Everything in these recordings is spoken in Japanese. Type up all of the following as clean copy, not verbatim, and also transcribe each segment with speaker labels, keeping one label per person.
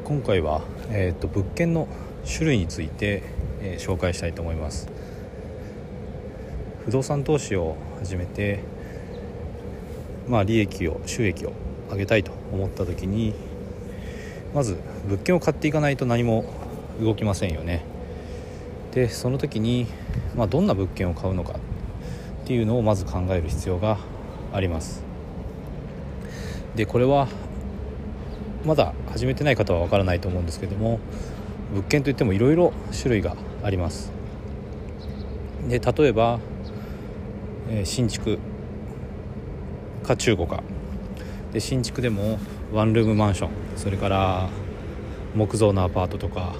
Speaker 1: 今回は、物件の種類について、紹介したいと思います。不動産投資を始めて、収益を上げたいと思った時に、まず物件を買っていかないと何も動きませんよね。でその時に、どんな物件を買うのかっていうのをまず考える必要があります。でこれはまだ始めてない方はわからないと思うんですけども、物件といってもいろいろ種類があります。で例えば、新築か中古かで、新築でもワンルームマンション、それから木造のアパートとか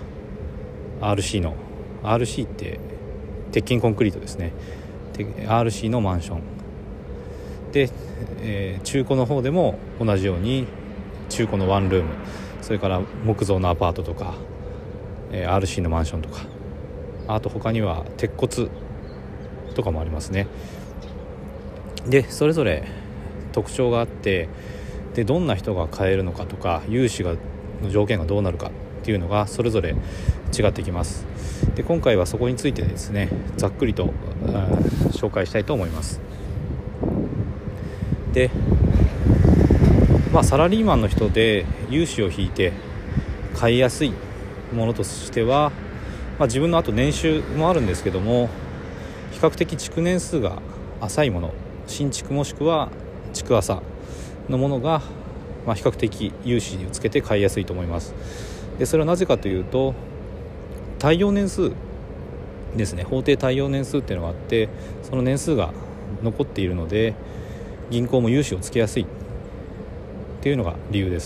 Speaker 1: RC って鉄筋コンクリートですね。RC のマンションで、中古の方でも同じように中古のワンルーム、それから木造のアパートとか、RC のマンションとか、あと他には鉄骨とかもありますね。でそれぞれ特徴があって、でどんな人が買えるのかとか、融資の条件がどうなるかっていうのがそれぞれ違ってきます。で今回はそこについてですね、ざっくりと紹介したいと思います。でサラリーマンの人で融資を引いて買いやすいものとしては、自分のあと年収もあるんですけども、比較的築年数が浅いもの、新築もしくは築浅のものが、比較的融資をつけて買いやすいと思います。でそれはなぜかというと、耐用年数ですね。法定耐用年数っていうのがあって、その年数が残っているので銀行も融資をつけやすいっていうのが理由です。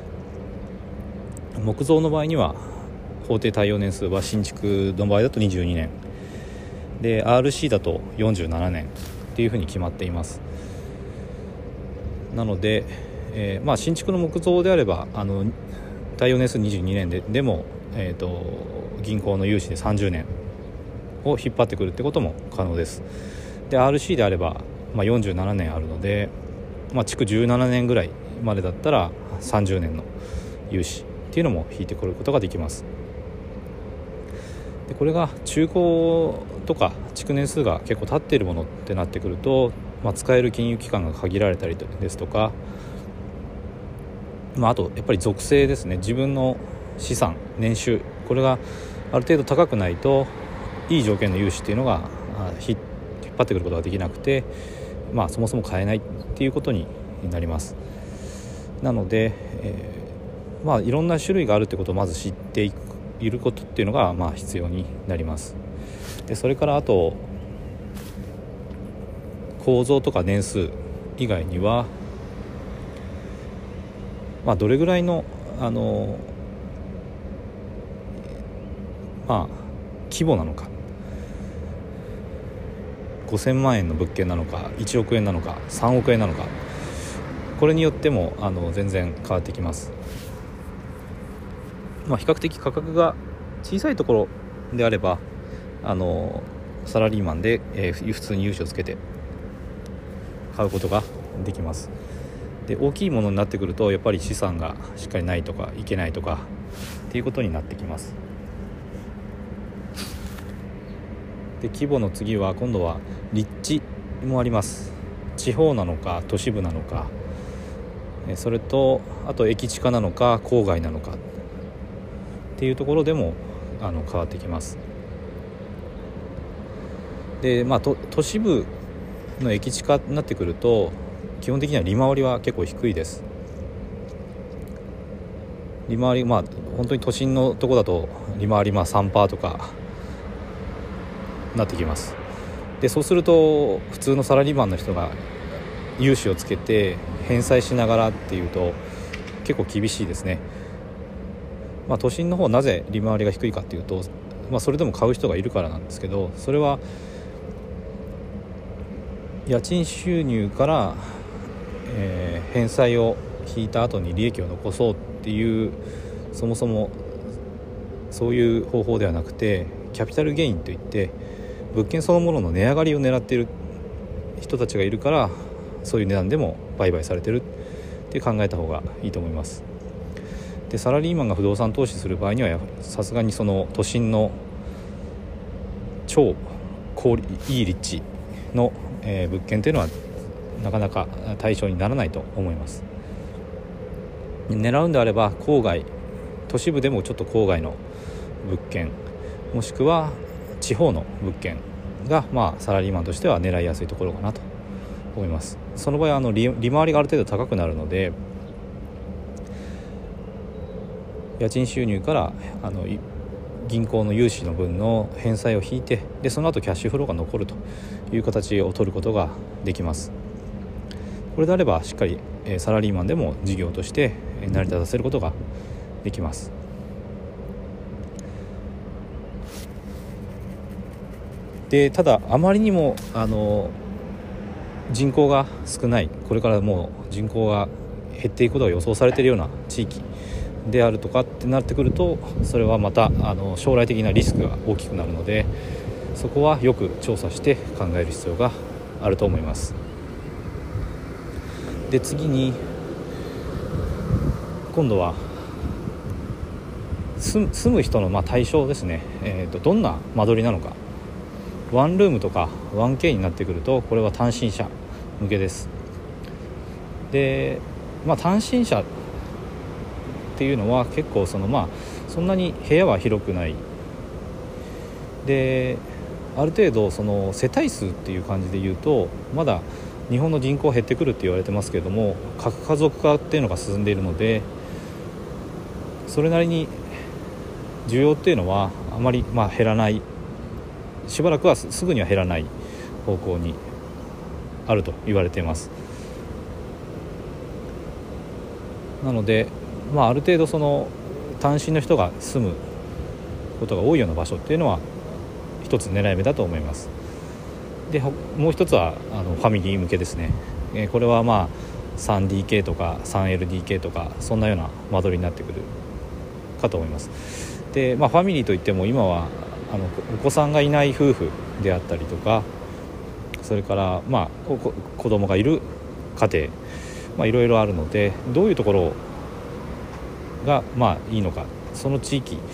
Speaker 1: 木造の場合には法定耐用年数は新築の場合だと22年で、 RC だと47年っていうふうに決まっています。なので、新築の木造であれば耐用年数22年 でも、銀行の融資で30年を引っ張ってくるってことも可能です。で RC であれば、47年あるので、築17年ぐらいまでだったら30年の融資っていうのも引いてくることができます。でこれが中古とか築年数が結構経っているものってなってくると、使える金融機関が限られたりですとか、あとやっぱり属性ですね。自分の資産、年収、これがある程度高くないといい条件の融資っていうのが引っ張ってくることができなくて、そもそも買えないっていうことになります。なので、いろんな種類があるってことをまず知っていることっていうのが必要になります。でそれからあと構造とか年数以外には、どれぐらいの規模なのか、5000万円の物件なのか1億円なのか3億円なのか、これによっても全然変わってきます。比較的価格が小さいところであればサラリーマンで、普通に融資をつけて買うことができます。で大きいものになってくるとやっぱり資産がしっかりないとかいけないとかっていうことになってきます。で規模の次は今度は立地もあります。地方なのか都市部なのか、それとあと駅近なのか郊外なのかっていうところでも変わってきます。で、都市部の駅近になってくると基本的には利回りは結構低いです。利回り本当に都心のとこだと利回り3% とかなってきます。でそうすると普通のサラリーマンの人が融資をつけて返済しながらっていうと結構厳しいですね。都心の方なぜ利回りが低いかっていうと、それでも買う人がいるからなんですけど、それは家賃収入から、返済を引いた後に利益を残そうっていう、そもそもそういう方法ではなくて、キャピタルゲインといって物件そのものの値上がりを狙っている人たちがいるから、そういう値段でも売買されてるって考えた方がいいと思います。 でサラリーマンが不動産投資する場合にはさすがにその都心の超いい立地の、物件というのはなかなか対象にならないと思います。狙うんであれば郊外、都市部でもちょっと郊外の物件、もしくは地方の物件が、サラリーマンとしては狙いやすいところかなと思います。その場合は利回りがある程度高くなるので、家賃収入から銀行の融資の分の返済を引いて、でその後キャッシュフローが残るという形を取ることができます。これであればしっかりサラリーマンでも事業として成り立たせることができます。でただあまりにも人口が少ない、これからもう人口が減っていくことが予想されているような地域であるとかってなってくると、それはまた将来的なリスクが大きくなるので、そこはよく調査して考える必要があると思います。で次に今度は住む人の対象ですね。どんな間取りなのか。ワンルームとか 1K になってくると、これは単身者向けです。で、単身者っていうのは結構そんなに部屋は広くないで、ある程度その世帯数っていう感じで言うと、まだ日本の人口減ってくるって言われてますけれども、核家族化っていうのが進んでいるので、それなりに需要っていうのはあまり減らない、しばらくはすぐには減らない方向にあると言われています。なので、ある程度その単身の人が住むことが多いような場所っていうのは一つ狙い目だと思います。でもう一つはファミリー向けですね。これは3DK とか 3LDK とかそんなような間取りになってくるかと思います。で、ファミリーといっても今はお子さんがいない夫婦であったりとか、それから子供がいる家庭、いろいろあるので、どういうところがいいのか、その地域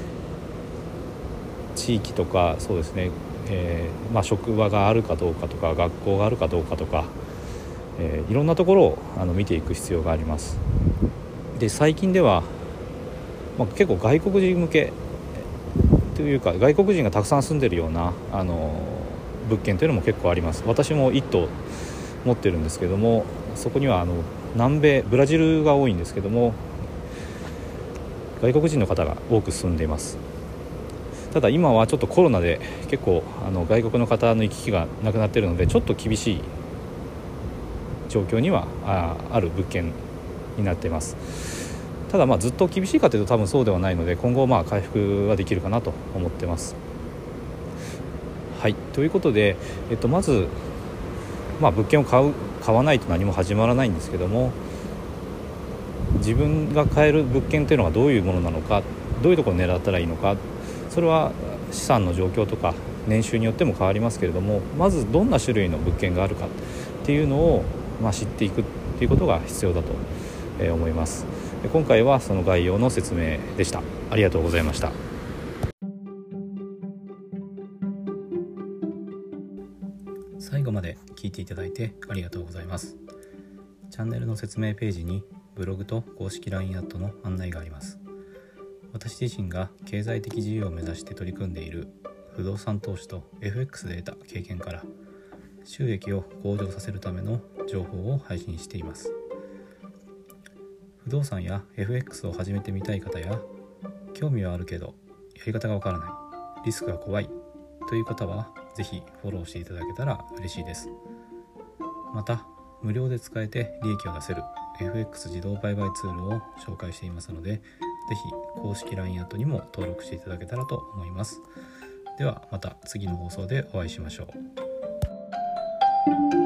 Speaker 1: とか、そうですね、職場があるかどうかとか、学校があるかどうかとか、いろんなところを見ていく必要があります。で最近では、結構外国人向けというか、外国人がたくさん住んでるような物件というのも結構あります。私も1棟持ってるんですけども、そこには南米ブラジルが多いんですけども、外国人の方が多く住んでいます。ただ今はちょっとコロナで結構外国の方の行き来がなくなっているので、ちょっと厳しい状況にはある物件になっています。ただずっと厳しいかというと多分そうではないので、今後回復はできるかなと思ってます。はい、ということで、まず、物件を買わないと何も始まらないんですけども、自分が買える物件というのがどういうものなのか、どういうところを狙ったらいいのか、それは資産の状況とか年収によっても変わりますけれども、まずどんな種類の物件があるかっていうのを、知っていくっていうことが必要だと思います。今回はその概要の説明でした。ありがとうございました。最後まで聞いていただいてありがとうございます。チャンネルの説明ページにブログと公式 LINE アットの案内があります。私自身が経済的自由を目指して取り組んでいる不動産投資と FX で得た経験から収益を向上させるための情報を配信しています。不動産や FX を始めてみたい方や、興味はあるけどやり方がわからない、リスクが怖いという方はぜひフォローしていただけたら嬉しいです。また無料で使えて利益を出せる FX 自動売買ツールを紹介していますので、ぜひ公式 LINE アットにも登録していただけたらと思います。ではまた次の放送でお会いしましょう。